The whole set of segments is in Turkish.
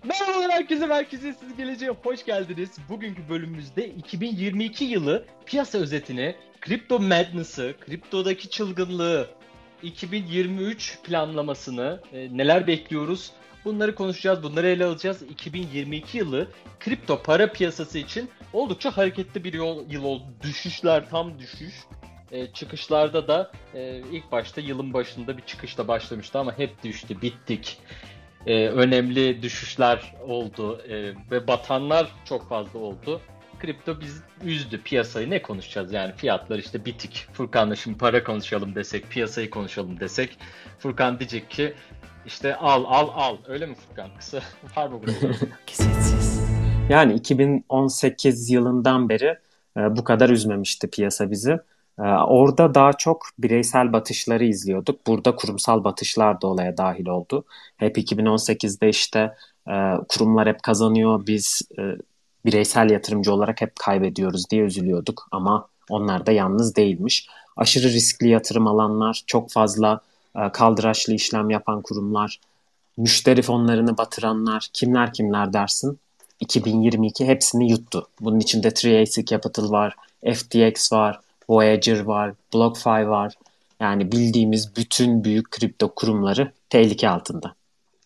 Merhabalar herkese, merkeze siz geleceğe hoş geldiniz. Bugünkü bölümümüzde 2022 yılı piyasa özetini, kripto madness'ı, kriptodaki çılgınlığı, 2023 planlamasını, neler bekliyoruz bunları konuşacağız, bunları ele alacağız. 2022 yılı kripto para piyasası için oldukça hareketli bir yıl oldu. Düşüşler tam düşüş. Çıkışlarda da ilk başta yılın başında bir çıkışla başlamıştı ama hep düştü, bittik. Önemli düşüşler oldu ve batanlar çok fazla oldu. Kripto biz üzdü piyasayı. Ne konuşacağız yani, fiyatlar işte bitik. Furkan'la şimdi para konuşalım desek, piyasayı konuşalım desek, Furkan diyecek ki işte al al al. Öyle mi Furkan? Kısa var mı buraya yorum? Kesinsiz. Yani 2018 yılından beri bu kadar üzmemişti piyasa bizi. Orada daha çok bireysel batışları izliyorduk. Burada kurumsal batışlar da olaya dahil oldu. Hep 2018'de işte kurumlar hep kazanıyor, biz bireysel yatırımcı olarak hep kaybediyoruz diye üzülüyorduk. Ama onlar da yalnız değilmiş. Aşırı riskli yatırım alanlar, çok fazla kaldıraçlı işlem yapan kurumlar, müşteri fonlarını batıranlar kimler kimler dersin? 2022 hepsini yuttu. Bunun içinde 3AC Capital var, FTX var, Voyager var, BlockFi var. Yani bildiğimiz bütün büyük kripto kurumları tehlike altında.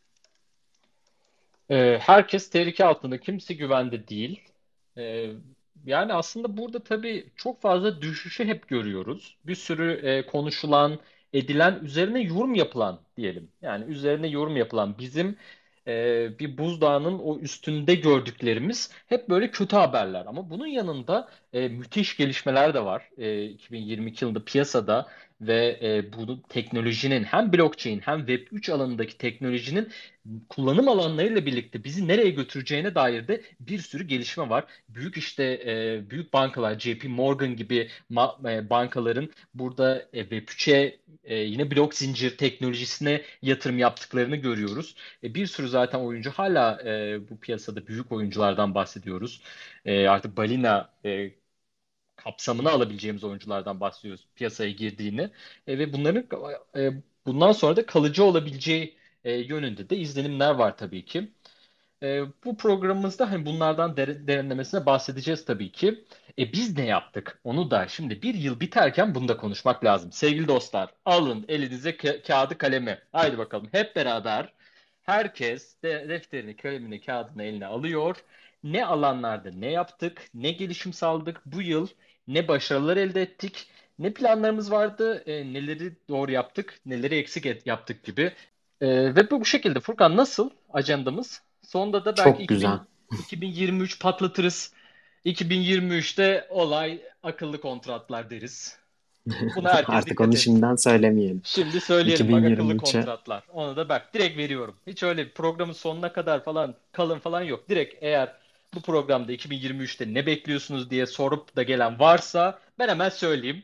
Herkes tehlike altında, kimse güvende değil. Ee, Yani aslında burada tabii çok fazla düşüşü hep görüyoruz. Bir sürü konuşulan, edilen, üzerine yorum yapılan diyelim. Yani üzerine yorum yapılan bizim bir buzdağının o üstünde gördüklerimiz hep böyle kötü haberler. Ama bunun yanında müthiş gelişmeler de var. 2022 yılında piyasada ve bunu teknolojinin hem blockchain hem Web3 alanındaki teknolojinin kullanım alanlarıyla birlikte bizi nereye götüreceğine dair de bir sürü gelişme var. Büyük işte büyük bankalar, JP Morgan gibi bankaların burada Web3'e yine blok zincir teknolojisine yatırım yaptıklarını görüyoruz. Bir sürü zaten oyuncu hala bu piyasada büyük oyunculardan bahsediyoruz. Artık balina kapsamını alabileceğimiz oyunculardan bahsediyoruz piyasaya girdiğini. Ve bunların e, bundan sonra da kalıcı olabileceği yönünde de izlenimler var tabii ki. Bu programımızda hani bunlardan derinlemesine bahsedeceğiz tabii ki. Biz ne yaptık? Onu da şimdi bir yıl biterken bunu da konuşmak lazım. Sevgili dostlar, alın elinize kağıdı kalemi. Haydi bakalım hep beraber. Herkes de defterini, kalemini, kağıdını eline alıyor. Ne alanlarda ne yaptık, ne gelişim sağladık bu yıl, ne başarılar elde ettik, ne planlarımız vardı, neleri doğru yaptık, neleri eksik yaptık gibi. Ve bu şekilde Furkan, nasıl ajandamız? Sonunda da belki Çok güzel. 2023 patlatırız. 2023'te olay akıllı kontratlar deriz. Buna herkes Artık onu dikkat etsin. şimdiden söylemeyelim. Şimdi söyleyelim bak, akıllı 2023'e kontratlar. Onu da bak direkt veriyorum. Hiç öyle bir programın sonuna kadar falan kalın falan yok. Direkt eğer bu programda 2023'te ne bekliyorsunuz diye sorup da gelen varsa ben hemen söyleyeyim.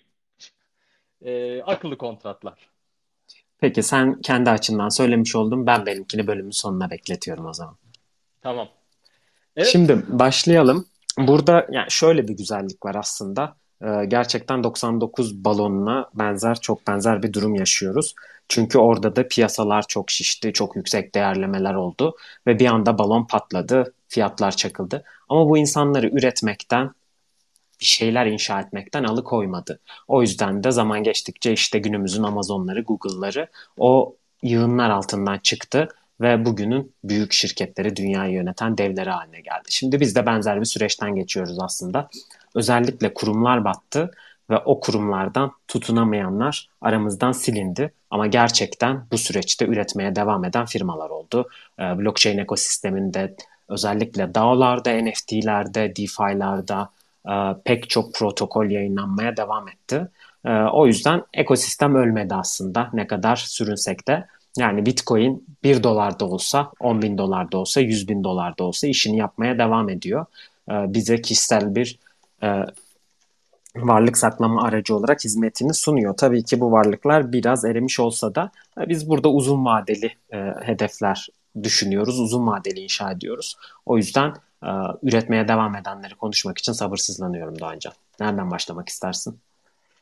Akıllı kontratlar. peki sen kendi açından söylemiş oldun. Ben benimkini bölümün sonuna bekletiyorum o zaman. Tamam. Evet. Şimdi başlayalım. Burada yani şöyle bir güzellik var aslında. Gerçekten 99 balonuna benzer, çok benzer bir durum yaşıyoruz. Çünkü orada da piyasalar çok şişti, çok yüksek değerlemeler oldu ve bir anda balon patladı, fiyatlar çakıldı. Ama bu insanları üretmekten, bir şeyler inşa etmekten alıkoymadı. O yüzden de zaman geçtikçe işte günümüzün Amazon'ları, Google'ları o yığınlar altından çıktı ve bugünün büyük şirketleri, dünyayı yöneten devleri haline geldi. Şimdi biz de benzer bir süreçten geçiyoruz aslında. Özellikle kurumlar battı ve o kurumlardan tutunamayanlar aramızdan silindi. Ama gerçekten bu süreçte üretmeye devam eden firmalar oldu. Blockchain ekosisteminde özellikle DAO'larda, NFT'lerde, DeFi'larda pek çok protokol yayınlanmaya devam etti. O yüzden ekosistem ölmedi aslında ne kadar sürünsek de. Yani Bitcoin 1 dolar da olsa, 10 bin dolar da olsa, 100 bin dolar da olsa işini yapmaya devam ediyor. Bize kişisel bir e, varlık saklama aracı olarak hizmetini sunuyor. Tabii ki bu varlıklar biraz erimiş olsa da biz burada uzun vadeli hedefler düşünüyoruz, uzun vadeli inşa ediyoruz. O yüzden e, üretmeye devam edenleri konuşmak için sabırsızlanıyorum Doğancan. Nereden başlamak istersin?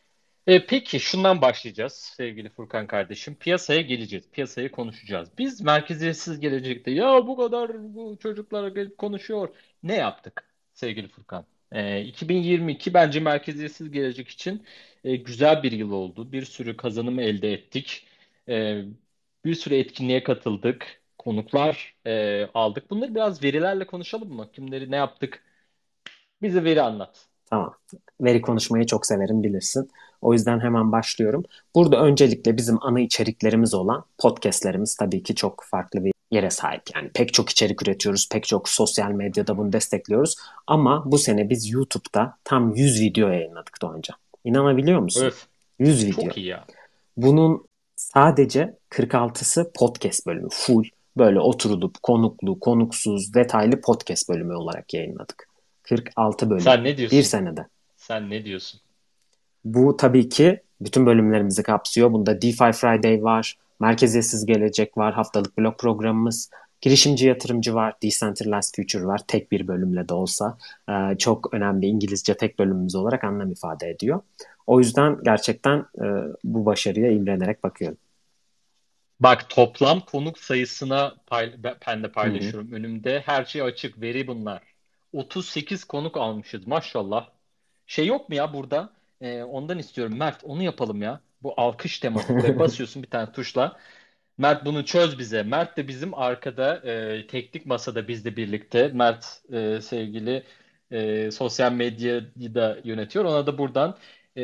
Peki şundan başlayacağız sevgili Furkan kardeşim. Piyasaya geleceğiz. Piyasayı konuşacağız. Biz merkeziyetsiz gelecekte ya bu kadar bu çocuklara gelip konuşuyor. Ne yaptık sevgili Furkan? 2022 bence merkeziyetsiz gelecek için güzel bir yıl oldu. Bir sürü kazanım elde ettik. E, Bir sürü etkinliğe katıldık. Konuklar aldık. Bunları biraz verilerle konuşalım mı? Kimleri ne yaptık? Bize veri anlat. Tamam. Veri konuşmayı çok severim bilirsin. O yüzden hemen başlıyorum. Burada öncelikle bizim ana içeriklerimiz olan podcastlerimiz tabii ki çok farklı bir yere sahip. Yani pek çok içerik üretiyoruz, pek çok sosyal medyada bunu destekliyoruz. Ama bu sene biz YouTube'da tam 100 video yayınladık Doğancan. İnanabiliyor musun? Öf, 100 video. çok iyi ya. Bunun sadece 46'sı podcast bölümü. Full böyle oturulup konuklu, konuksuz, detaylı podcast bölümü olarak yayınladık. 46 bölüm. Sen ne Bir diyorsun? senede. Sen ne diyorsun? Bu tabii ki bütün bölümlerimizi kapsıyor. Bunda DeFi Friday var, Merkeziyetsiz Gelecek var, haftalık blog programımız, girişimci yatırımcı var, Decentralized Future var. Tek bir bölümle de olsa çok önemli İngilizce tek bölümümüz olarak anlam ifade ediyor. O yüzden gerçekten bu başarıya imrenerek bakıyorum. Bak toplam konuk sayısına ben de Hı hı. paylaşıyorum. Önümde her şey açık. Veri bunlar. 38 konuk almışız maşallah. Şey yok mu ya burada? Ondan istiyorum. Mert onu yapalım ya. Bu alkış teması. Buraya basıyorsun bir tane tuşla. Mert bunu çöz bize. Mert de bizim arkada teknik masada bizle birlikte. Mert sevgili sosyal medyayı da yönetiyor. Ona da buradan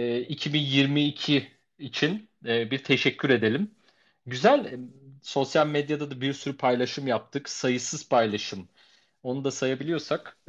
2022 için bir teşekkür edelim. Güzel. Sosyal medyada da bir sürü paylaşım yaptık. Sayısız paylaşım. Onu da sayabiliyorsak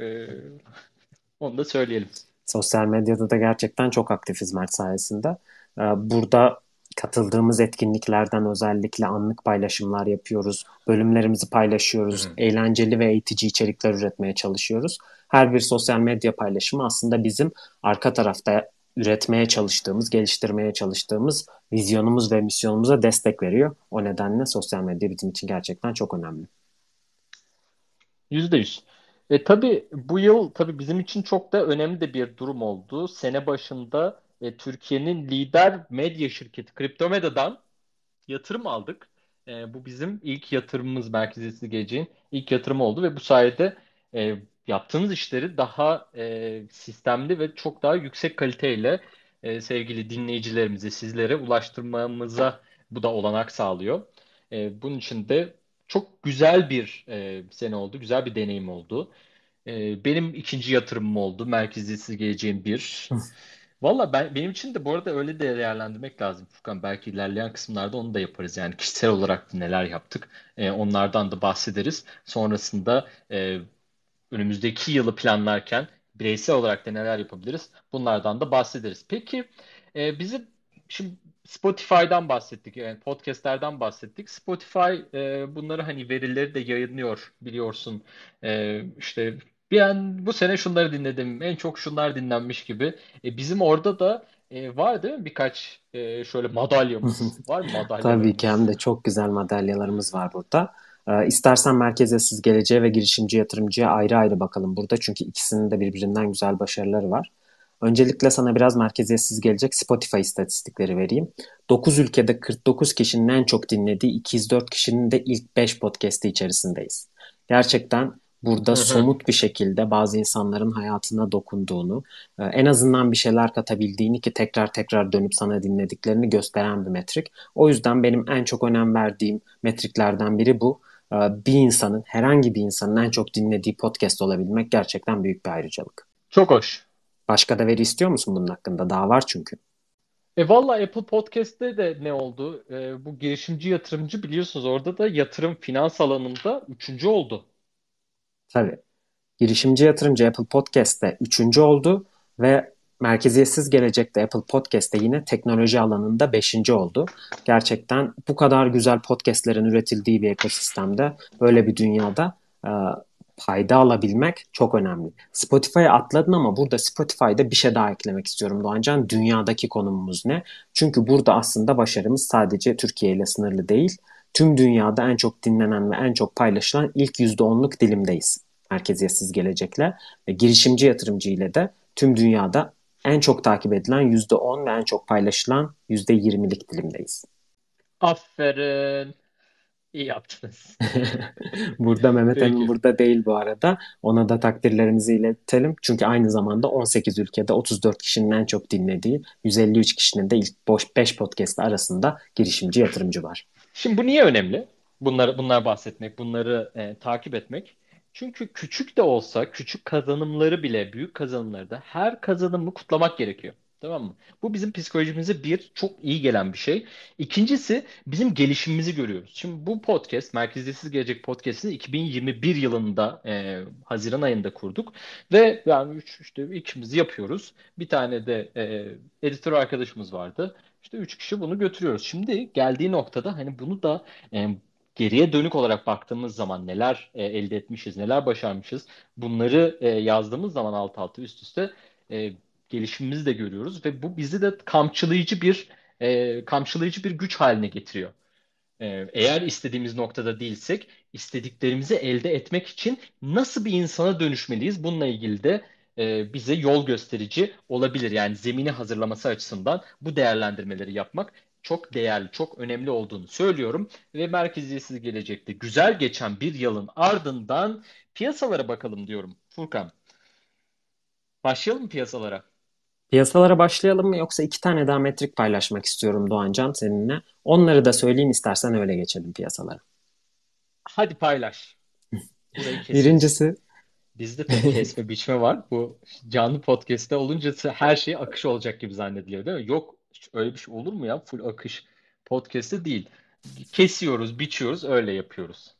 onu da söyleyelim. Sosyal medyada da gerçekten çok aktifiz Mert sayesinde. Burada katıldığımız etkinliklerden özellikle anlık paylaşımlar yapıyoruz. Bölümlerimizi Hı paylaşıyoruz. hı. Eğlenceli ve eğitici içerikler üretmeye çalışıyoruz. Her bir sosyal medya paylaşımı aslında bizim arka tarafta üretmeye çalıştığımız, geliştirmeye çalıştığımız vizyonumuz ve misyonumuza destek veriyor. O nedenle sosyal medya bizim için gerçekten çok önemli. %100. Tabii bu yıl tabii bizim için çok da önemli de bir durum oldu. Sene başında Türkiye'nin lider medya şirketi Kriptomeda'dan yatırım aldık. Bu bizim ilk yatırımımız Merkeziyetsiz Geleceğin ilk yatırımı oldu ve bu sayede yaptığımız işleri daha sistemli ve çok daha yüksek kaliteyle sevgili dinleyicilerimize, sizlere ulaştırmamıza bu da olanak sağlıyor. Bunun için de çok güzel bir sene oldu, güzel bir deneyim oldu. Benim ikinci yatırımım oldu. Merkeziyetsiz Geleceğin bir. Valla benim için de bu arada öyle de değerlendirmek lazım Furkan. Belki ilerleyen kısımlarda onu da yaparız. Yani kişisel olarak neler yaptık, onlardan da bahsederiz. Sonrasında önümüzdeki yılı planlarken bireysel olarak da neler yapabiliriz? Bunlardan da bahsederiz. Peki bizim şimdi Spotify'dan bahsettik, yani podcastlerden bahsettik. Spotify bunları hani verileri de yayınlıyor biliyorsun. İşte bir an bu sene şunları dinledim, en çok şunlar dinlenmiş gibi. Bizim orada da var değil mi birkaç şöyle madalyamız? Var mı Tabii ki hem madalyalarımız? de çok güzel madalyalarımız var burada. İstersen merkeziyetsiz geleceğe ve girişimci yatırımcıya ayrı ayrı bakalım burada. Çünkü ikisinin de birbirinden güzel başarıları var. Öncelikle sana biraz merkeziyetsiz gelecek Spotify istatistikleri vereyim. 9 ülkede 49 kişinin en çok dinlediği 204 kişinin de ilk 5 podcast'i içerisindeyiz. Gerçekten burada Hı hı. somut bir şekilde bazı insanların hayatına dokunduğunu, en azından bir şeyler katabildiğini ki tekrar tekrar dönüp sana dinlediklerini gösteren bir metrik. O yüzden benim en çok önem verdiğim metriklerden biri bu. Bir insanın, herhangi bir insanın en çok dinlediği podcast olabilmek gerçekten büyük bir ayrıcalık. Çok hoş. Başka da veri istiyor musun bunun hakkında? Daha var çünkü. Valla Apple Podcast'te de ne oldu? Bu girişimci yatırımcı biliyorsunuz orada da yatırım finans alanında üçüncü oldu. Tabii. Girişimci yatırımcı Apple Podcast'te üçüncü oldu ve merkeziyetsiz gelecekte Apple Podcast'te yine teknoloji alanında beşinci oldu. Gerçekten bu kadar güzel podcastlerin üretildiği bir ekosistemde, böyle bir dünyada payda alabilmek çok önemli. Spotify'a atladın ama burada Spotify'da bir şey daha eklemek istiyorum Doğancan. Dünyadaki konumumuz ne? Çünkü burada aslında başarımız sadece Türkiye ile sınırlı değil. Tüm dünyada en çok dinlenen ve en çok paylaşılan ilk %10'luk dilimdeyiz merkeziyetsiz gelecekle ve girişimci yatırımcı ile de tüm dünyada En çok takip edilen %10 ve en çok paylaşılan %20'lik dilimdeyiz. Aferin. İyi yaptınız. Burada Mehmet Emin Peki. burada değil bu arada. Ona da takdirlerimizi iletelim. Çünkü aynı zamanda 18 ülkede 34 kişinin en çok dinlediği, 153 kişinin de ilk 5 podcast arasında girişimci yatırımcı var. Şimdi bu niye önemli? Bunlar bahsetmek, bunları takip etmek. Çünkü küçük de olsa, küçük kazanımları bile, büyük kazanımları da her kazanımı kutlamak gerekiyor. Tamam mı? Bu bizim psikolojimize bir çok iyi gelen bir şey. İkincisi bizim gelişimimizi görüyoruz. Şimdi bu podcast, Merkeziyetsiz Gelecek Podcast'ini 2021 yılında Haziran ayında kurduk ve yani işte ikimiz yapıyoruz. Bir tane de editör arkadaşımız vardı. İşte üç kişi bunu götürüyoruz. Şimdi geldiği noktada hani bunu da e, geriye dönük olarak baktığımız zaman neler elde etmişiz, neler başarmışız, bunları yazdığımız zaman alt alta üst üste e, gelişimimizi de görüyoruz ve bu bizi de kamçılayıcı bir güç haline getiriyor. Eğer istediğimiz noktada değilsek, istediklerimizi elde etmek için nasıl bir insana dönüşmeliyiz? Bununla ilgili de bize yol gösterici olabilir. Yani zemini hazırlaması açısından bu değerlendirmeleri yapmak çok değerli, çok önemli olduğunu söylüyorum. Ve merkeziyetsiz gelecekte güzel geçen bir yılın ardından piyasalara bakalım diyorum. Furkan, başlayalım mı piyasalara? Piyasalara başlayalım mı yoksa iki tane daha metrik paylaşmak istiyorum Doğancan seninle. Onları da söyleyeyim istersen öyle geçelim piyasalara. Hadi paylaş. Burayı keseriz. Birincisi Bizde tabii kesme biçme var. Bu canlı podcast'te olunca her şey akış olacak gibi zannediliyor değil mi? Yok, hiç öyle bir şey olur mu ya? Full akış podcast'te değil. Kesiyoruz, biçiyoruz, öyle yapıyoruz.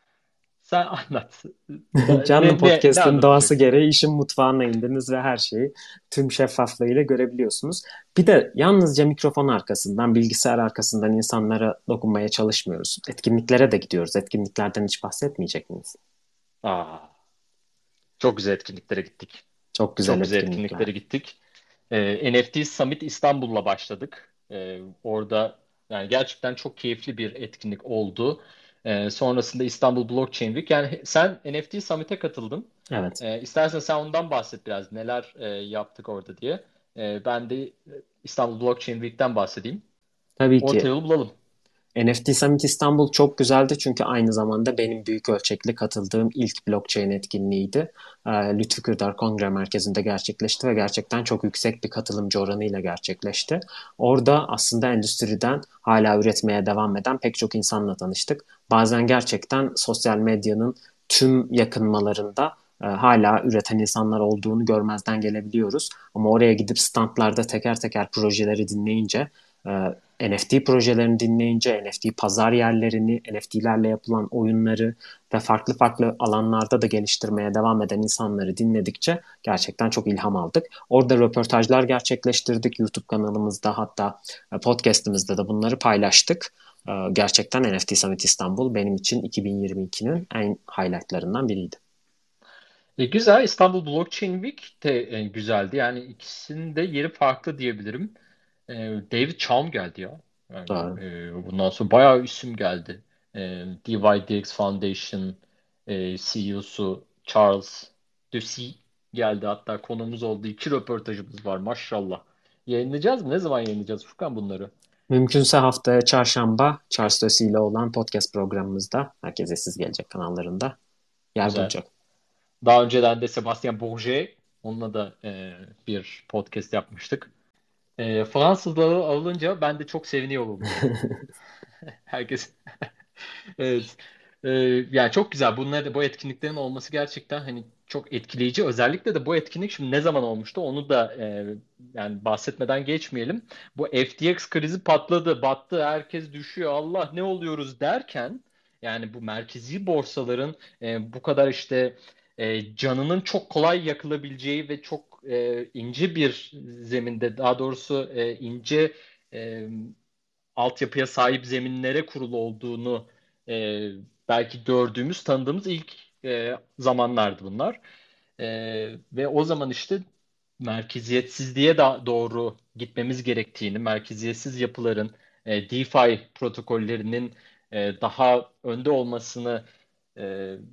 Sen anlat. canlı Ne podcast'in doğası anlatacaksın? gereği işin mutfağına indiniz ve her şeyi tüm şeffaflığıyla görebiliyorsunuz. Bir de yalnızca mikrofon arkasından, bilgisayar arkasından insanlara dokunmaya çalışmıyoruz. Etkinliklere de gidiyoruz. Etkinliklerden hiç bahsetmeyecek miyiz? Aa, çok güzel etkinliklere gittik. Çok güzel Çok güzel etkinlikler. etkinliklere gittik. NFT Summit İstanbul'la başladık. Orada yani gerçekten çok keyifli bir etkinlik oldu. Sonrasında İstanbul Blockchain Week. Yani sen NFT Summit'e katıldın. Evet. İstersen sen ondan bahset biraz. Neler yaptık orada diye. Ben de İstanbul Blockchain Week'ten bahsedeyim. Tabii Orta ki yolu bulalım. NFT Summit İstanbul çok güzeldi çünkü aynı zamanda benim büyük ölçekli katıldığım ilk blockchain etkinliğiydi. Lütfü Kırdar Kongre Merkezi'nde gerçekleşti ve gerçekten çok yüksek bir katılımcı oranıyla gerçekleşti. Orada aslında endüstriden hala üretmeye devam eden pek çok insanla tanıştık. Bazen gerçekten sosyal medyanın tüm yakınmalarında hala üreten insanlar olduğunu görmezden gelebiliyoruz. Ama oraya gidip standlarda teker teker projeleri dinleyince e, NFT projelerini dinleyince, NFT pazar yerlerini, NFT'lerle yapılan oyunları ve farklı farklı alanlarda da geliştirmeye devam eden insanları dinledikçe gerçekten çok ilham aldık. Orada röportajlar gerçekleştirdik YouTube kanalımızda, hatta podcast'imizde de bunları paylaştık. Gerçekten NFT Summit İstanbul benim için 2022'nin en highlightlarından biriydi. Güzel. İstanbul Blockchain Week de güzeldi. Yani ikisinin de yeri farklı diyebilirim. David Chaum geldi ya. Yani Doğru. bundan sonra bayağı isim geldi. DYDX Foundation CEO'su Charles Ducy geldi. Hatta konuğumuz oldu. İki röportajımız var maşallah. Yayınlayacağız mı? Ne zaman yayınlayacağız Furkan bunları? Mümkünse haftaya çarşamba Charles Dösi ile olan podcast programımızda Herkese Siz Gelecek kanallarında yer Güzel. bulacak. Daha önceden de Sebastien Bourget onunla da bir podcast yapmıştık. Fransızları alınca ben de çok seviniyorum. Herkes. Evet. Ee, Yani çok güzel. Bunlar da bu etkinliklerin olması gerçekten hani çok etkileyici. Özellikle de bu etkinlik şimdi ne zaman olmuştu? Onu da yani bahsetmeden geçmeyelim. Bu FTX krizi patladı, battı, herkes düşüyor. Allah ne oluyoruz derken yani bu merkezi borsaların bu kadar işte canının çok kolay yakılabileceği ve çok ince bir zeminde, daha doğrusu ince e, altyapıya sahip zeminlere kurulu olduğunu e, belki gördüğümüz, tanıdığımız ilk zamanlardı bunlar. E, Ve o zaman işte merkeziyetsizliğe doğru gitmemiz gerektiğini, merkeziyetsiz yapıların, DeFi protokollerinin daha önde olmasını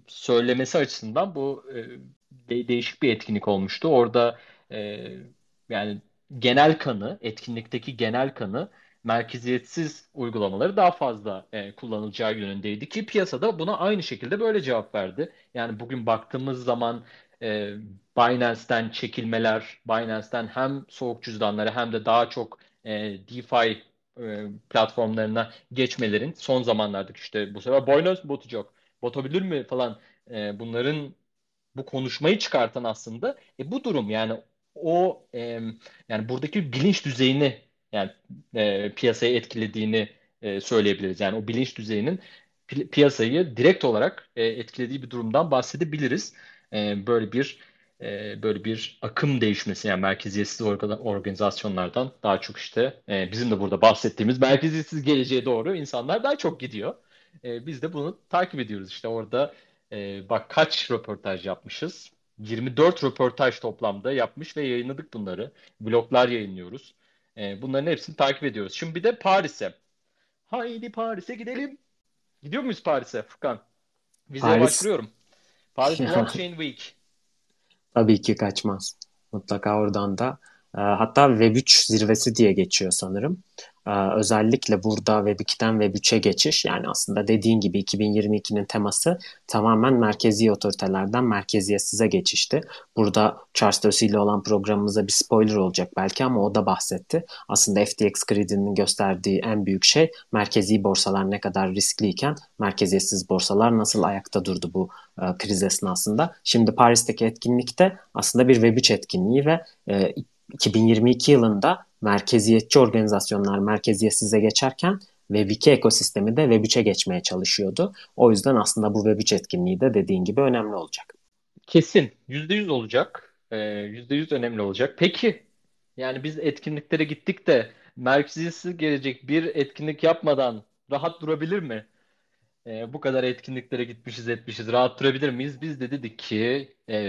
söylemesi açısından bu değişik bir etkinlik olmuştu. Orada e, yani genel kanı, etkinlikteki genel kanı merkeziyetsiz uygulamaları daha fazla kullanılacağı yönündeydi ki piyasada buna aynı şekilde böyle cevap verdi. Yani bugün baktığımız zaman e, Binance'ten çekilmeler, Binance'ten hem soğuk cüzdanlara hem de daha çok DeFi platformlarına geçmelerin son zamanlardaki işte bu sefer Binance batacak, batabilir mi falan bunların bu konuşmayı çıkartan aslında bu durum yani o yani buradaki bilinç düzeyini yani piyasayı etkilediğini söyleyebiliriz. Yani o bilinç düzeyinin piyasayı direkt olarak etkilediği bir durumdan bahsedebiliriz. Böyle bir böyle bir akım değişmesi yani merkeziyetsiz organizasyonlardan daha çok işte bizim de burada bahsettiğimiz merkeziyetsiz geleceğe doğru insanlar daha çok gidiyor. Biz de bunu takip ediyoruz işte orada bak kaç röportaj yapmışız. 24 röportaj toplamda yapmış ve yayınladık bunları. Bloglar yayınlıyoruz. Bunların hepsini takip ediyoruz. Şimdi bir de Paris'e. Haydi Paris'e gidelim. Gidiyor muyuz Paris'e Furkan? Vizeye Paris başvuruyorum. Paris ya, Blockchain Week. tabii ki kaçmaz. Mutlaka oradan da. Hatta Web3 zirvesi diye geçiyor sanırım. Özellikle burada Web2'den Web3'e geçiş, yani aslında dediğin gibi 2022'nin teması tamamen merkezi otoritelerden merkeziyetsize geçişti. Burada Charles Dössü ile olan programımıza bir spoiler olacak belki ama o da bahsetti. Aslında FTX krizinin gösterdiği en büyük şey merkezi borsalar ne kadar riskliyken merkeziyetsiz borsalar nasıl ayakta durdu bu kriz esnasında. Şimdi Paris'teki etkinlikte aslında bir Web3 etkinliği ve 2022 yılında merkeziyetçi organizasyonlar merkeziyetsize geçerken Web2 ekosistemi de Web3'e geçmeye çalışıyordu. O yüzden aslında bu Web3 etkinliği de dediğin gibi önemli olacak. Kesin. %100 olacak. %100 önemli olacak. Peki yani biz etkinliklere gittik de merkeziyetsiz gelecek bir etkinlik yapmadan rahat durabilir mi? Bu kadar etkinliklere gitmişiz etmişiz. Rahat durabilir miyiz? Biz de dedik ki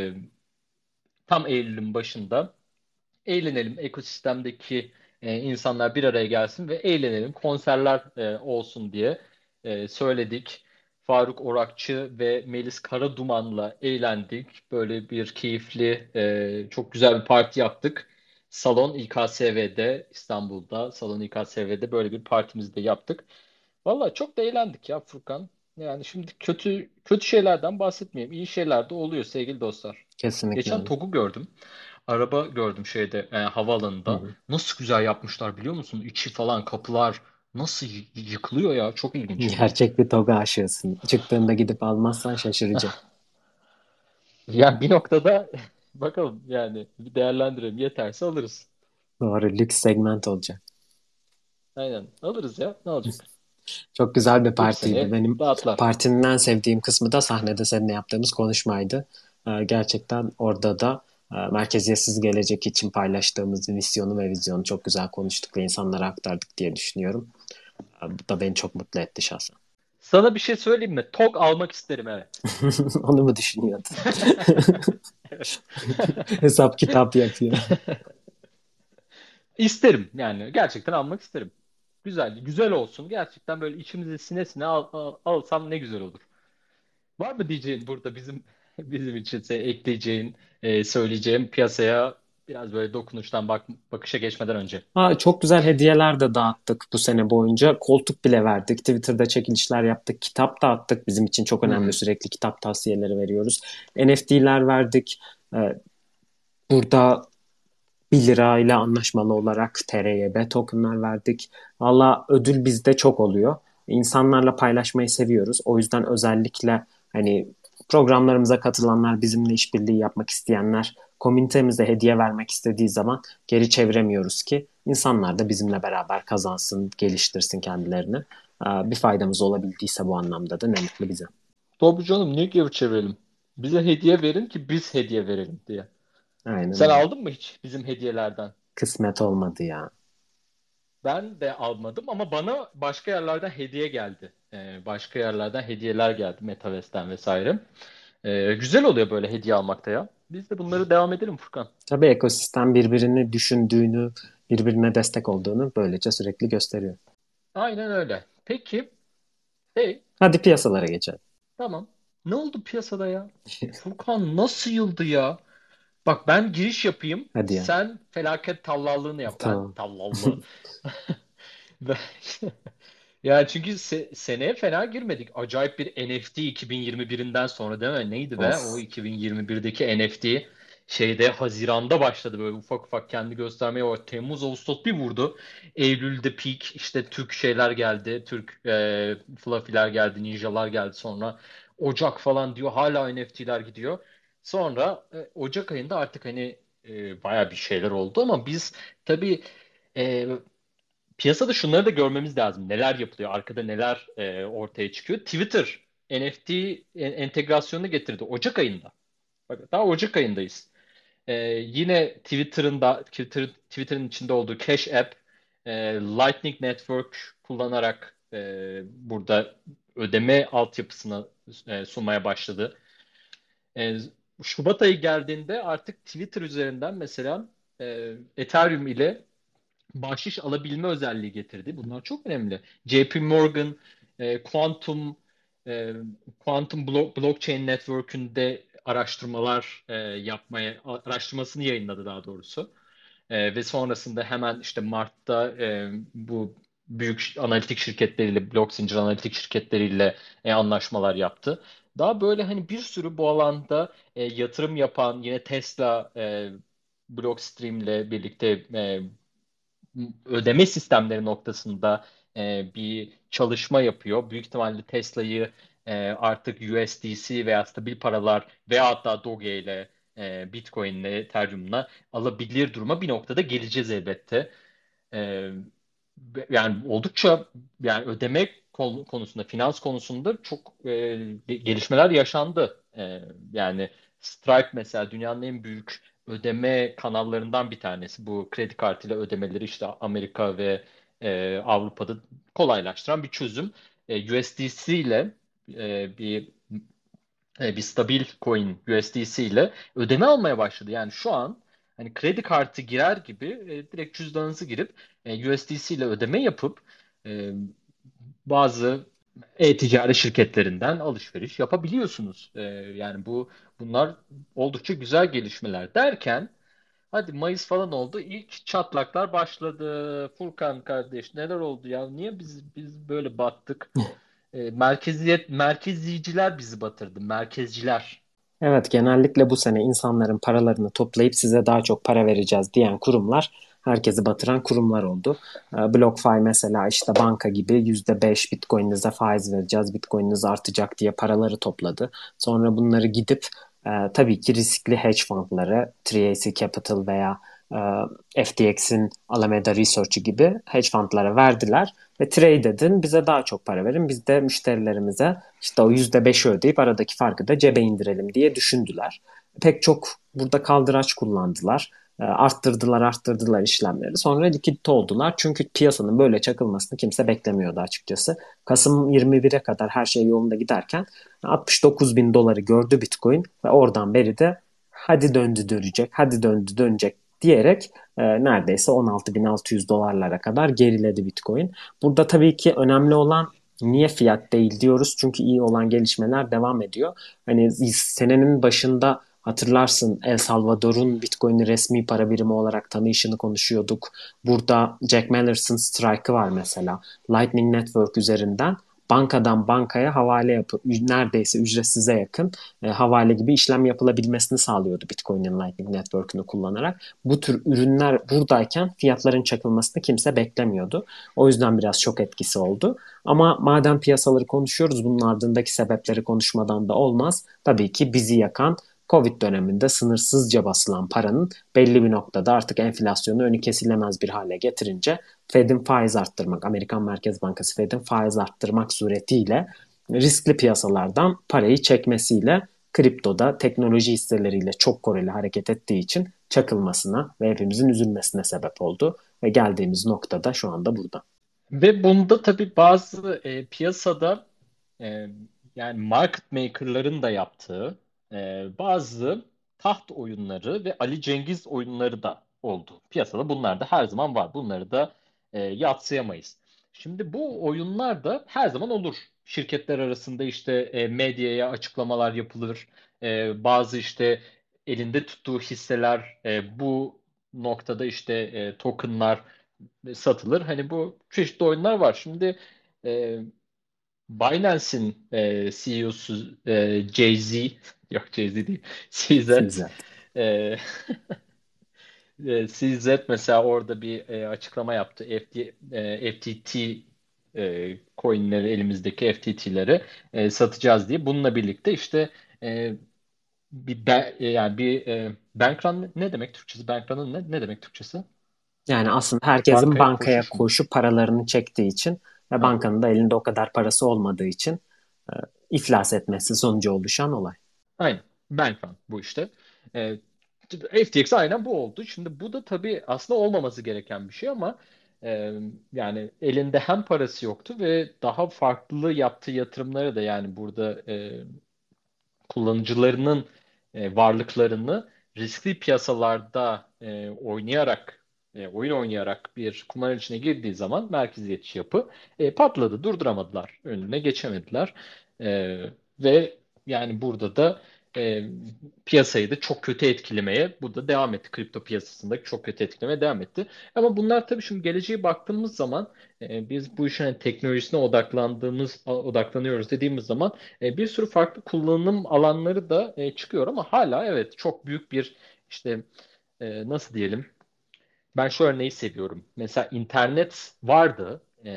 tam Eylül'ün başında eğlenelim. Ekosistemdeki insanlar bir araya gelsin ve eğlenelim. Konserler olsun diye söyledik. Faruk Orakçı ve Melis Karaduman'la eğlendik. Böyle bir keyifli, çok güzel bir parti yaptık. Salon İKSV'de, İstanbul'da, Salon İKSV'de böyle bir partimizi de yaptık. Valla çok da eğlendik ya Furkan. Yani şimdi kötü kötü şeylerden bahsetmeyeyim. İyi şeyler de oluyor sevgili dostlar. Kesinlikle Geçen öyle. TOG'u gördüm. Araba gördüm Hı havaalanında. hı. Nasıl güzel yapmışlar biliyor musun? İçi falan kapılar nasıl yıkılıyor ya. Çok ilginç. Gerçek bir toga aşığısın. Çıktığında gidip almazsan şaşıracağım. Yani bir noktada bakalım yani bir değerlendirelim. Yeterse alırız. Doğru, lüks segment olacak. Aynen alırız ya. Ne olacak? Çok güzel bir 3 partiydi. seneye Benim rahatlar. partinin en sevdiğim kısmı da sahnede seninle yaptığımız konuşmaydı. Gerçekten orada da merkeziyetsiz gelecek için paylaştığımız misyonu ve vizyonu çok güzel konuştuk ve insanlara aktardık diye düşünüyorum. Bu da beni çok mutlu etti şahsen. Sana bir şey söyleyeyim mi? TOG almak isterim evet. Onu mu düşünüyordun? Hesap kitap yapıyor. İsterim yani gerçekten almak isterim. Güzel, güzel olsun. Gerçekten böyle içimize sine sine alsam ne güzel olur. Var mı diyeceğin burada bizim için ekleyeceğin, söyleyeceğim piyasaya biraz böyle dokunuştan bakışa geçmeden önce? Çok güzel hediyeler de dağıttık bu sene boyunca. Koltuk bile verdik. Twitter'da çekilişler yaptık. Kitap dağıttık. Bizim için çok Hı önemli. hı. Sürekli kitap tavsiyeleri veriyoruz. NFT'ler verdik. Burada 1 lirayla anlaşmalı olarak TRYB tokenlar verdik. Valla ödül bizde çok oluyor. İnsanlarla paylaşmayı seviyoruz. O yüzden özellikle hani programlarımıza katılanlar, bizimle işbirliği yapmak isteyenler, komünitemize hediye vermek istediği zaman geri çeviremiyoruz ki insanlar da bizimle beraber kazansın, geliştirsin kendilerini. Bir faydamız olabildiyse bu anlamda da ne mutlu bize. Tabii canım niye geri çevirelim? Bize hediye verin ki biz hediye verelim diye. Aynen Sen öyle. aldın mı hiç bizim hediyelerden? Kısmet olmadı ya. Ben de almadım ama bana başka yerlerden hediye geldi. Başka yerlerden hediyeler geldi Metaverse'ten vesaire. Güzel oluyor böyle hediye almakta ya. Biz de bunları devam edelim Furkan. Tabii ekosistem birbirini düşündüğünü, birbirine destek olduğunu böylece sürekli gösteriyor. Aynen öyle. Peki, hey, Hadi piyasalara geçelim. tamam. Ne oldu piyasada ya? Furkan nasıl yıldı ya? Bak ben giriş yapayım. Hadi ya. Sen felaket tallallığını yap. Ben Tamam. tallallığı. Ben- Yani çünkü seneye fena girmedik. Acayip bir NFT 2021'inden sonra değil mi? Neydi be? O Of. 2021'deki NFT şeyde Haziran'da başladı böyle ufak ufak kendi göstermeye var. Temmuz, Ağustos bir vurdu. Eylül'de peak işte Türk şeyler geldi. Türk Fluffy'ler geldi, Ninjalar geldi sonra. Ocak falan diyor. Hala NFT'ler gidiyor. Sonra Ocak ayında artık hani baya bir şeyler oldu ama biz tabii e, piyasada şunları da görmemiz lazım. Neler yapılıyor, arkada neler ortaya çıkıyor. Twitter NFT entegrasyonunu getirdi Ocak ayında. Bak, daha Ocak ayındayız. Yine Twitter'ın içinde olduğu Cash App, Lightning Network kullanarak burada ödeme altyapısını sunmaya başladı. E, Şubat ayı geldiğinde artık Twitter üzerinden mesela Ethereum ile bahşiş alabilme özelliği getirdi. Bunlar çok önemli. JP Morgan, Quantum, e, Blockchain Network'ünde araştırmalar araştırmasını yayınladı daha doğrusu. Ve sonrasında hemen işte Mart'ta bu büyük analitik şirketleriyle, blok zincir analitik şirketleriyle anlaşmalar yaptı. Daha böyle hani bir sürü bu alanda yatırım yapan yine Tesla Blockstream'le birlikte ödeme sistemleri noktasında bir çalışma yapıyor. Büyük ihtimalle Tesla'yı artık USDC veya stabil paralar veya hatta Doge ile Bitcoin ile Ethereum'la alabilir duruma bir noktada geleceğiz elbette. E, Yani oldukça yani ödeme konusunda, finans konusunda çok gelişmeler yaşandı. Yani Stripe mesela dünyanın en büyük ödeme kanallarından bir tanesi. Bu kredi kartıyla ödemeleri işte Amerika ve Avrupa'da kolaylaştıran bir çözüm. USDC ile bir stabil coin USDC ile ödeme almaya başladı. Yani şu an hani kredi kartı girer gibi direkt cüzdanınızı girip USDC ile ödeme yapıp e, bazı e-ticaret şirketlerinden alışveriş yapabiliyorsunuz. Yani bunlar oldukça güzel gelişmeler derken hadi Mayıs falan oldu. İlk çatlaklar başladı. Furkan kardeş neler oldu ya? Niye biz böyle battık? Merkeziciler bizi batırdı. Merkezciler. Evet, genellikle bu sene insanların paralarını toplayıp size daha çok para vereceğiz diyen kurumlar herkesi batıran kurumlar oldu. BlockFi mesela işte banka gibi %5 Bitcoin'inize faiz vereceğiz, Bitcoin'iniz artacak diye paraları topladı. Sonra bunları gidip tabii ki riskli hedge fundları, 3AC Capital veya FTX'in Alameda Research gibi hedge fundlara verdiler ve trade edin, bize daha çok para verin, biz de müşterilerimize işte o %5'i ödeyip aradaki farkı da cebe indirelim diye düşündüler. Pek çok burada kaldıraç kullandılar. Arttırdılar işlemleri. Sonra likidite oldular. Çünkü piyasanın böyle çakılmasını kimse beklemiyordu açıkçası. Kasım 21'e kadar her şey yolunda giderken 69 bin doları gördü Bitcoin ve oradan beri de hadi döndü dönecek, hadi döndü dönecek diyerek neredeyse 16.600 dolarlara kadar geriledi Bitcoin. Burada tabii ki önemli olan niye fiyat değil diyoruz? Çünkü iyi olan gelişmeler devam ediyor. Hani senenin başında hatırlarsın, El Salvador'un Bitcoin'i resmi para birimi olarak tanıyışını konuşuyorduk. Burada Jack Mallers'ın Strike'ı var mesela. Lightning Network üzerinden bankadan bankaya havale yapıp neredeyse ücretsize yakın havale gibi işlem yapılabilmesini sağlıyordu Bitcoin'in Lightning Network'ünü kullanarak. Bu tür ürünler buradayken fiyatların çakılmasını kimse beklemiyordu. O yüzden biraz şok etkisi oldu. Ama madem piyasaları konuşuyoruz, bunun ardındaki sebepleri konuşmadan da olmaz. Tabii ki bizi yakan Covid döneminde sınırsızca basılan paranın belli bir noktada artık enflasyonu önü kesilemez bir hale getirince Fed'in faiz arttırmak, Amerikan Merkez Bankası Fed'in faiz arttırmak suretiyle riskli piyasalardan parayı çekmesiyle kriptoda teknoloji hisseleriyle çok koreli hareket ettiği için çakılmasına ve hepimizin üzülmesine sebep oldu. Ve geldiğimiz noktada şu anda burada. Ve bunda tabii bazı piyasada e, yani market maker'ların da yaptığı bazı taht oyunları ve Ali Cengiz oyunları da oldu. Piyasada bunlar da her zaman var. Bunları da yadsıyamayız. Şimdi bu oyunlar da her zaman olur. Şirketler arasında işte medyaya açıklamalar yapılır. Bazı işte elinde tuttuğu hisseler bu noktada işte tokenlar satılır. Hani bu çeşitli oyunlar var. Şimdi e, Binance'in CEO'su Jay-Z, yok Jay-Z değil, CZ. Size. E, CZ mesela orada bir açıklama yaptı. FTT coinleri, elimizdeki FTT'leri satacağız diye. Bununla birlikte işte e, yani bir bank run ne demek Türkçesi? Bank run'ın ne demek Türkçesi? Yani aslında herkesin Bankaya bankaya koşuş mu? koşup paralarını çektiği için ve Ha, bankanın da elinde o kadar parası olmadığı için e, iflas etmesi sonucu oluşan olay. aynen. Bank run bu işte. E, FTX aynen bu oldu. Şimdi bu da tabii aslında olmaması gereken bir şey ama e, yani elinde hem parası yoktu ve daha farklı yaptığı yatırımları da yani burada kullanıcılarının varlıklarını riskli piyasalarda oyun oynayarak bir kumar içine girdiği zaman merkeziyetçi yapı patladı. Durduramadılar. Önüne geçemediler. E, ve yani burada da e, piyasayı da çok kötü etkilemeye burada devam etti. Kripto piyasasındaki çok kötü etkilemeye devam etti. Ama bunlar tabii şimdi geleceğe baktığımız zaman biz bu işin hani teknolojisine odaklanıyoruz dediğimiz zaman bir sürü farklı kullanım alanları da çıkıyor ama hala evet çok büyük bir işte nasıl diyelim, ben şu örneği seviyorum. Mesela internet vardı.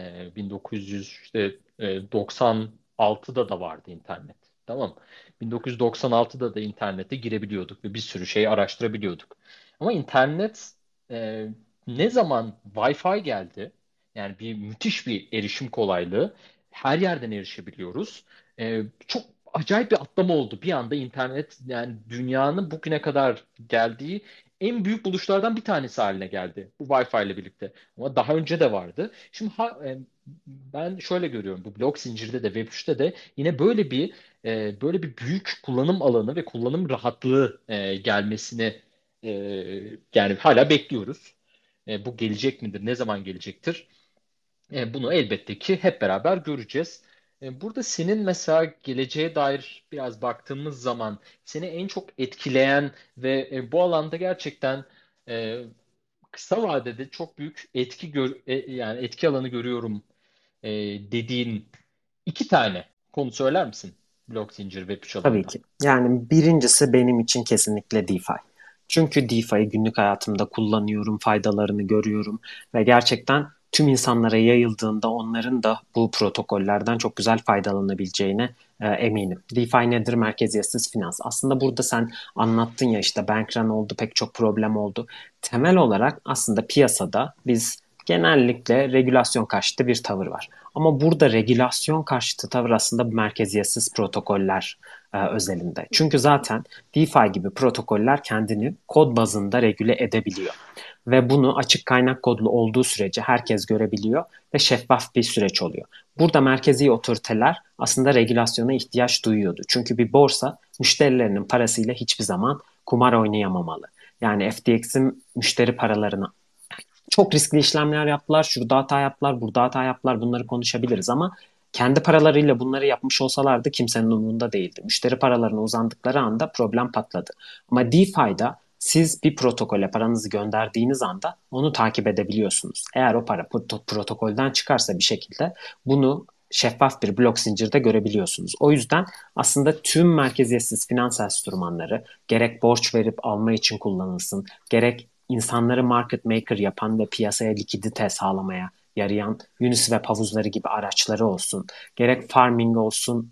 1996'da da vardı internet. Tamam mı? 1996'da da internete girebiliyorduk ve bir sürü şey araştırabiliyorduk. Ama internet e, ne zaman Wi-Fi geldi, yani bir müthiş bir erişim kolaylığı, her yerden erişebiliyoruz. Çok acayip bir atlama oldu. Bir anda internet yani dünyanın bugüne kadar geldiği en büyük buluşlardan bir tanesi haline geldi bu Wi-Fi ile birlikte. Ama daha önce de vardı. Şimdi ben şöyle görüyorum, bu blok zincirde de Web3'te de yine böyle bir büyük kullanım alanı ve kullanım rahatlığı gelmesini e, yani hala bekliyoruz. Bu gelecek midir? Ne zaman gelecektir? Bunu elbette ki hep beraber göreceğiz. Burada senin mesela geleceğe dair biraz baktığımız zaman seni en çok etkileyen ve bu alanda gerçekten e, kısa vadede çok büyük yani etki alanı görüyorum e, dediğin iki tane konu söyler misin? Blok zincir ve 3 Tabii alanında. ki. Yani birincisi benim için kesinlikle DeFi. Çünkü DeFi'yi günlük hayatımda kullanıyorum, faydalarını görüyorum ve gerçekten tüm insanlara yayıldığında onların da bu protokollerden çok güzel faydalanabileceğine eminim. DeFi nedir? Merkeziyetsiz finans. Aslında burada sen anlattın ya işte bank run oldu, pek çok problem oldu. Temel olarak aslında piyasada biz genellikle regülasyon karşıtı bir tavır var. Ama burada regülasyon karşıtı tavır aslında merkeziyetsiz protokoller özelinde. Çünkü zaten DeFi gibi protokoller kendini kod bazında regüle edebiliyor. Ve bunu açık kaynak kodlu olduğu sürece herkes görebiliyor ve şeffaf bir süreç oluyor. Burada merkezi otoriteler aslında regülasyona ihtiyaç duyuyordu. Çünkü bir borsa müşterilerinin parasıyla hiçbir zaman kumar oynayamamalı. Yani FTX'in müşteri paralarını çok riskli işlemler yaptılar. Şurada hata yaptılar, burada hata yaptılar. Bunları konuşabiliriz ama kendi paralarıyla bunları yapmış olsalardı kimsenin umurunda değildi. Müşteri paralarına uzandıkları anda problem patladı. Ama DeFi'da siz bir protokole paranızı gönderdiğiniz anda onu takip edebiliyorsunuz. Eğer o para protokolden çıkarsa bir şekilde bunu şeffaf bir blok zincirde görebiliyorsunuz. O yüzden aslında tüm merkeziyetsiz finansal enstrümanları gerek borç verip alma için kullanılsın, gerek insanları market maker yapan ve piyasaya likidite sağlamaya yarayan Uniswap havuzları gibi araçları olsun, gerek farming olsun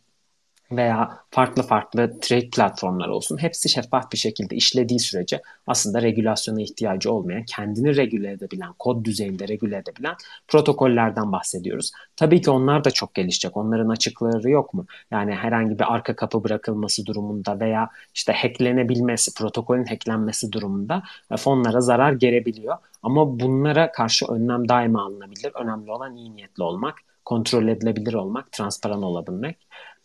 veya farklı farklı trade platformları olsun hepsi şeffaf bir şekilde işlediği sürece aslında regülasyona ihtiyacı olmayan, kendini regüle edebilen, kod düzeyinde regüle edebilen protokollerden bahsediyoruz. Tabii ki onlar da çok gelişecek. Onların açıkları yok mu? Yani herhangi bir arka kapı bırakılması durumunda veya işte hacklenebilmesi, protokolün hacklenmesi durumunda fonlara zarar gelebiliyor. Ama bunlara karşı önlem daima alınabilir. Önemli olan iyi niyetli olmak, kontrol edilebilir olmak, transparan olabilmek.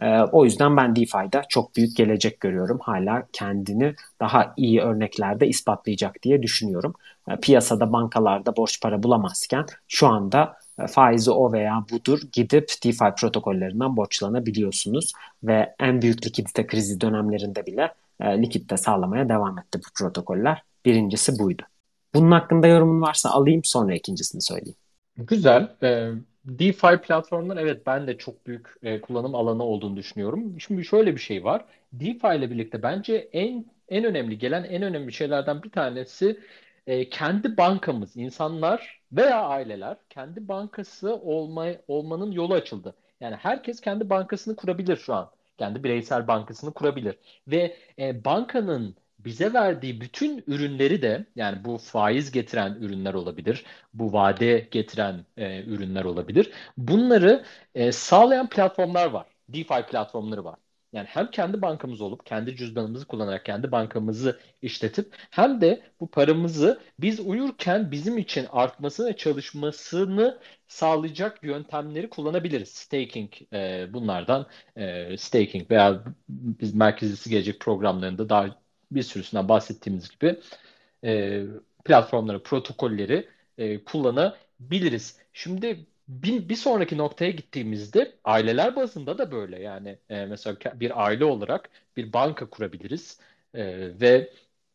O yüzden ben DeFi'da çok büyük gelecek görüyorum. Hala kendini daha iyi örneklerde ispatlayacak diye düşünüyorum. Piyasada bankalarda borç para bulamazken şu anda faizi o veya budur gidip DeFi protokollerinden borçlanabiliyorsunuz ve en büyük likidite krizi dönemlerinde bile likitte sağlamaya devam etti bu protokoller. Birincisi buydu. Bunun hakkında yorumun varsa alayım, sonra ikincisini söyleyeyim. Güzel. DeFi platformlar, evet, ben de çok büyük kullanım alanı olduğunu düşünüyorum. Şimdi şöyle bir şey var. DeFi ile birlikte bence en önemli gelen en önemli şeylerden bir tanesi kendi bankamız, insanlar veya aileler kendi bankası olmanın yolu açıldı. Yani herkes kendi bankasını kurabilir şu an. Kendi bireysel bankasını kurabilir. Ve bankanın bize verdiği bütün ürünleri de, yani bu faiz getiren ürünler olabilir, bu vade getiren ürünler olabilir. Bunları sağlayan platformlar var. DeFi platformları var. Yani hem kendi bankamız olup kendi cüzdanımızı kullanarak kendi bankamızı işletip hem de bu paramızı biz uyurken bizim için artmasını ve çalışmasını sağlayacak yöntemleri kullanabiliriz. Staking bunlardan, staking veya biz merkezisi gelecek programlarında daha bir sürüsünden bahsettiğimiz gibi e, platformları, protokolleri kullanabiliriz. Şimdi bir sonraki noktaya gittiğimizde aileler bazında da böyle. Yani mesela bir aile olarak bir banka kurabiliriz. Ve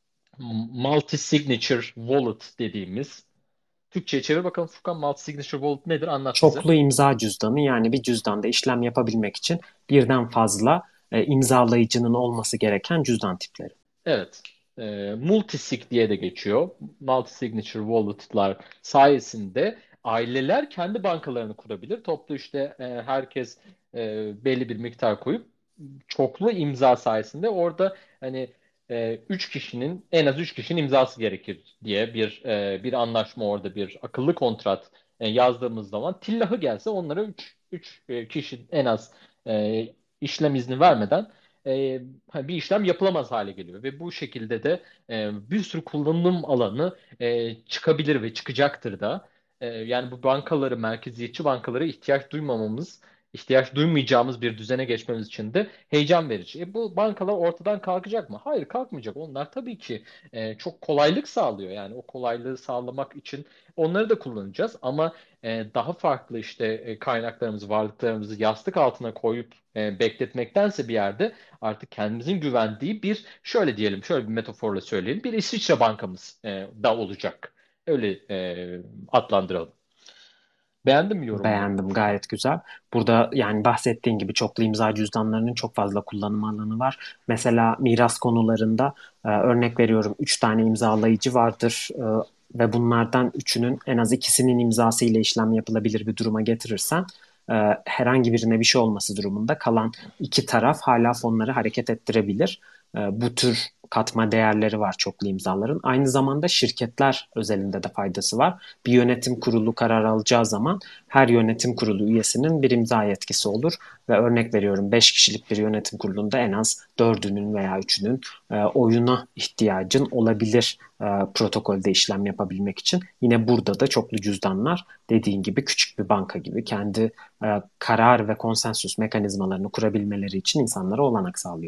multi-signature wallet dediğimiz, Türkçe'ye çevir bakalım Furkan, multi-signature wallet nedir? Anlat bize. Çoklu imza cüzdanı, yani bir cüzdanda işlem yapabilmek için birden fazla imzalayıcının olması gereken cüzdan tipleri. Evet. Multisig diye de geçiyor. Multi-signature wallet'lar sayesinde aileler kendi bankalarını kurabilir. Toplu işte herkes belli bir miktar koyup çoklu imza sayesinde orada hani üç kişinin, en az 3 kişinin imzası gerekir diye bir anlaşma, orada bir akıllı kontrat yazdığımız zaman tillahı gelse onlara 3 kişi en az işlem izni vermeden bir işlem yapılamaz hale geliyor ve bu şekilde de bir sürü kullanım alanı çıkabilir ve çıkacaktır da. Yani bu bankaları, merkeziyetçi bankalara ihtiyaç duymayacağımız bir düzene geçmemiz için de heyecan verici. Bu bankalar ortadan kalkacak mı? Hayır, kalkmayacak. Onlar tabii ki çok kolaylık sağlıyor. Yani o kolaylığı sağlamak için onları da kullanacağız ama daha farklı işte kaynaklarımızı, varlıklarımızı yastık altına koyup bekletmektense bir yerde artık kendimizin güvendiği bir, şöyle diyelim, şöyle bir metaforla söyleyelim, bir İsviçre bankamız da olacak. Öyle adlandıralım. Beğendin mi yorumumu? Beğendim, Furkan? gayet güzel. Burada yani bahsettiğin gibi çoklu imza cüzdanlarının çok fazla kullanım alanı var. Mesela miras konularında örnek veriyorum, 3 tane imzalayıcı vardır ve bunlardan üçünün en az ikisinin imzası ile işlem yapılabilir bir duruma getirirsen herhangi birine bir şey olması durumunda kalan iki taraf hala fonları hareket ettirebilir. Bu tür katma değerleri var çoklu imzaların. Aynı zamanda şirketler özelinde de faydası var. Bir yönetim kurulu karar alacağı zaman her yönetim kurulu üyesinin bir imza yetkisi olur ve örnek veriyorum 5 kişilik bir yönetim kurulunda en az 4'ünün veya 3'ünün oyuna ihtiyacın olabilir protokolde işlem yapabilmek için. Yine burada da çoklu cüzdanlar dediğin gibi küçük bir banka gibi kendi karar ve konsensüs mekanizmalarını kurabilmeleri için insanlara olanak sağlıyor.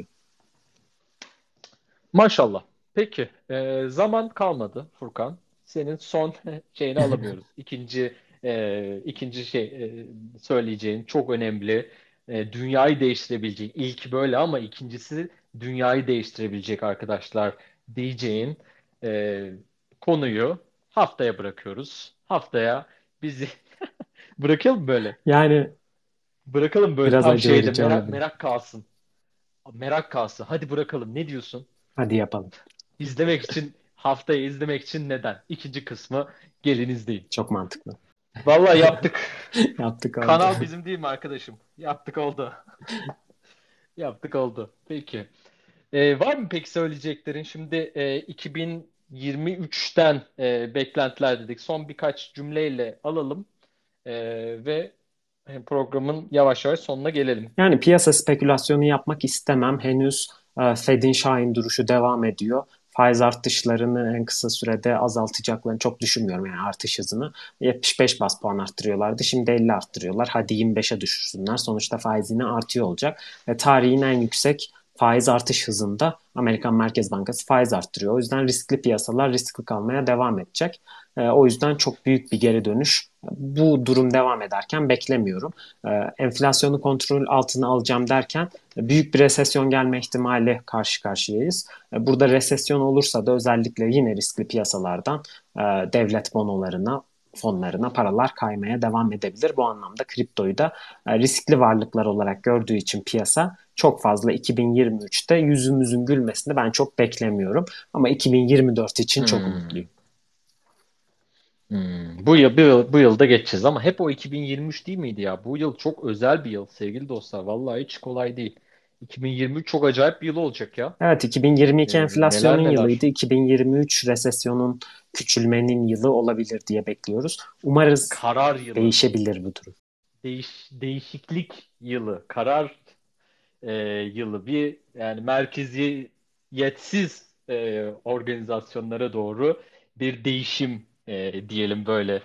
Maşallah. Peki, zaman kalmadı Furkan. Senin son şeyini alamıyoruz. İkinci şey söyleyeceğin çok önemli, dünyayı değiştirebileceğin, ilki böyle ama ikincisi dünyayı değiştirebilecek arkadaşlar diyeceğin e, konuyu haftaya bırakıyoruz. Haftaya bizi bırakalım böyle. Yani Bırakalım böyle biraz tam acı şeyde, verici merak olabilir. merak kalsın. Merak kalsın. Hadi bırakalım. Ne diyorsun? Hadi yapalım. Haftayı izlemek için neden? İkinci kısmı gelin izleyin. Çok mantıklı. Vallahi yaptık. Yaptık, oldu. Kanal bizim değil mi arkadaşım? Yaptık oldu. Yaptık oldu. Peki. Var mı peki söyleyeceklerin? Şimdi 2023'ten beklentiler dedik. Son birkaç cümleyle alalım e, ve programın yavaş yavaş sonuna gelelim. Yani piyasa spekülasyonu yapmak istemem. Henüz Fed'in şahin duruşu devam ediyor. Faiz artışlarını en kısa sürede azaltacaklarını çok düşünmüyorum, yani artış hızını. 75 bas puan arttırıyorlardı. Şimdi 50 arttırıyorlar. Hadi 25'e düşürsünler. Sonuçta faiz yine artıyor olacak. Ve tarihin en yüksek faiz artış hızında Amerikan Merkez Bankası faiz arttırıyor. O yüzden riskli piyasalar riskli kalmaya devam edecek. O yüzden çok büyük bir geri dönüş bu durum devam ederken beklemiyorum. Enflasyonu kontrol altına alacağım derken büyük bir resesyon gelme ihtimali karşı karşıyayız. Burada resesyon olursa da özellikle yine riskli piyasalardan devlet bonolarına, fonlarına paralar kaymaya devam edebilir. Bu anlamda kriptoyu da riskli varlıklar olarak gördüğü için piyasa çok fazla 2023'te yüzümüzün gülmesini ben çok beklemiyorum. Ama 2024 için çok Hmm. umutluyum. Bu yılda geçeceğiz ama hep o 2023 değil miydi ya? Bu yıl çok özel bir yıl sevgili dostlar. Vallahi hiç kolay değil. 2023 çok acayip bir yıl olacak ya. Evet, 2022 enflasyonun Neler yılıydı. neler. 2023 resesyonun, küçülmenin yılı olabilir diye bekliyoruz. Umarız Karar yılı. değişebilir bu durum. Değişiklik yılı. Karar yılı. Bir yani merkeziyetsiz organizasyonlara doğru bir değişim diyelim böyle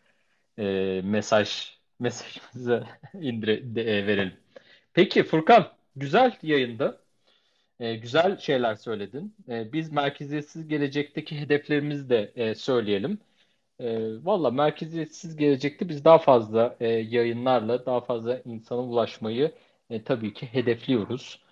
mesajımızı verelim. Peki Furkan, güzel yayında. Güzel şeyler söyledin. Biz merkeziyetsiz gelecekteki hedeflerimizi de söyleyelim. Valla merkeziyetsiz gelecekte biz daha fazla yayınlarla daha fazla insana ulaşmayı tabii ki hedefliyoruz.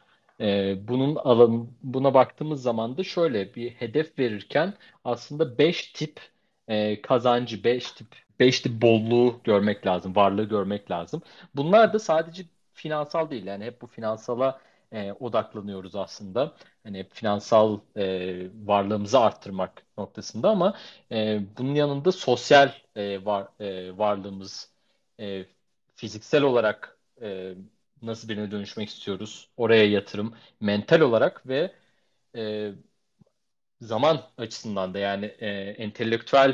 Buna baktığımız zaman da şöyle bir hedef verirken aslında 5 tip kazancı, 5 tip bolluğu görmek lazım, varlığı görmek lazım. Bunlar da sadece finansal değil, yani hep bu finansala odaklanıyoruz aslında. Hani hep finansal varlığımızı arttırmak noktasında ama bunun yanında sosyal varlığımız, e, fiziksel olarak nasıl birine dönüşmek istiyoruz, oraya yatırım, mental olarak ve e, zaman açısından da yani entelektüel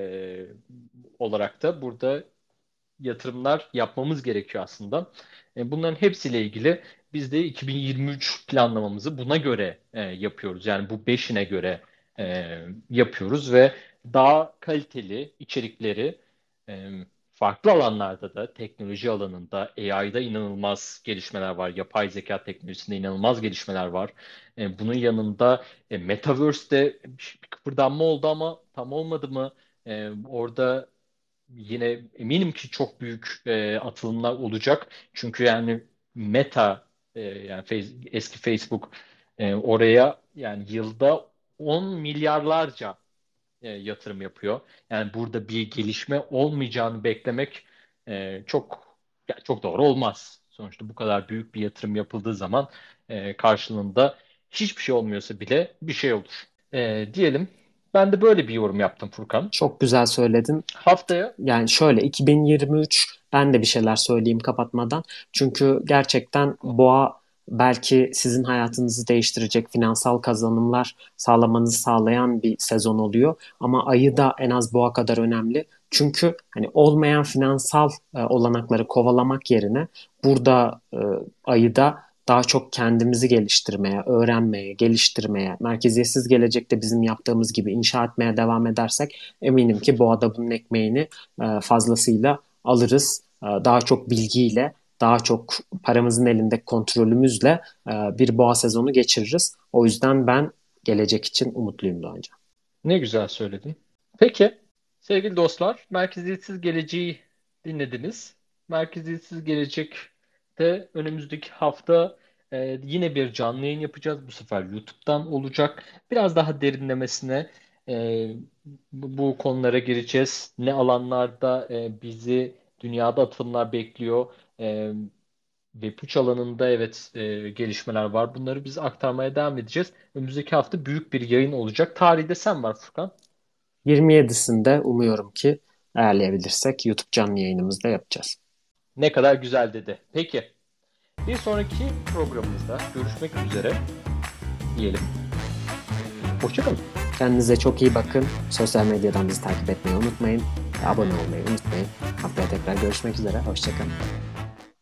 olarak da burada yatırımlar yapmamız gerekiyor aslında. Bunların hepsiyle ilgili biz de 2023 planlamamızı buna göre yapıyoruz. Yani bu beşine göre yapıyoruz ve daha kaliteli içerikleri e, farklı alanlarda da teknoloji alanında AI'da inanılmaz gelişmeler var. Yapay zeka teknolojisinde inanılmaz gelişmeler var. Bunun yanında Metaverse'de bir kıpırdanma oldu ama tam olmadı mı? Orada yine eminim ki çok büyük atılımlar olacak. Çünkü yani Meta yani eski Facebook oraya yani yılda 10 milyarlarca yatırım yapıyor. Yani burada bir gelişme olmayacağını beklemek çok doğru olmaz. Sonuçta bu kadar büyük bir yatırım yapıldığı zaman karşılığında hiçbir şey olmuyorsa bile bir şey olur. Diyelim. Ben de böyle bir yorum yaptım Furkan. Çok güzel söyledin. Haftaya Yani şöyle 2023 ben de bir şeyler söyleyeyim kapatmadan. Çünkü gerçekten boğa belki sizin hayatınızı değiştirecek finansal kazanımlar sağlamanızı sağlayan bir sezon oluyor. Ama ayı da en az boğa kadar önemli. Çünkü hani olmayan finansal olanakları kovalamak yerine burada ayı da daha çok kendimizi geliştirmeye, öğrenmeye, geliştirmeye, merkeziyetsiz gelecekte bizim yaptığımız gibi inşa etmeye devam edersek eminim ki boğada bunun ekmeğini fazlasıyla alırız. Daha çok bilgiyle, daha çok paramızın elinde kontrolümüzle bir boğa sezonu geçiririz. O yüzden ben gelecek için umutluyum Doğancan. ne güzel söyledin. Peki sevgili dostlar, merkeziyetsiz geleceği dinlediniz. Merkeziyetsiz gelecekte önümüzdeki hafta yine bir canlı yayın yapacağız. Bu sefer YouTube'dan olacak. Biraz daha derinlemesine e, bu konulara gireceğiz. Ne alanlarda bizi dünyada atılımlar bekliyor. Web3 alanında evet gelişmeler var. Bunları biz aktarmaya devam edeceğiz. Önümüzdeki hafta büyük bir yayın olacak. Tarihte sen var Furkan. 27'sinde umuyorum ki ayarlayabilirsek YouTube canlı yayınımızda yapacağız. Ne kadar güzel dedi. Peki bir sonraki programımızda görüşmek üzere diyelim. Hoşçakalın. Kendinize çok iyi bakın. Sosyal medyadan bizi takip etmeyi unutmayın. Ve abone olmayı unutmayın. Haftaya tekrar görüşmek üzere. Hoşçakalın.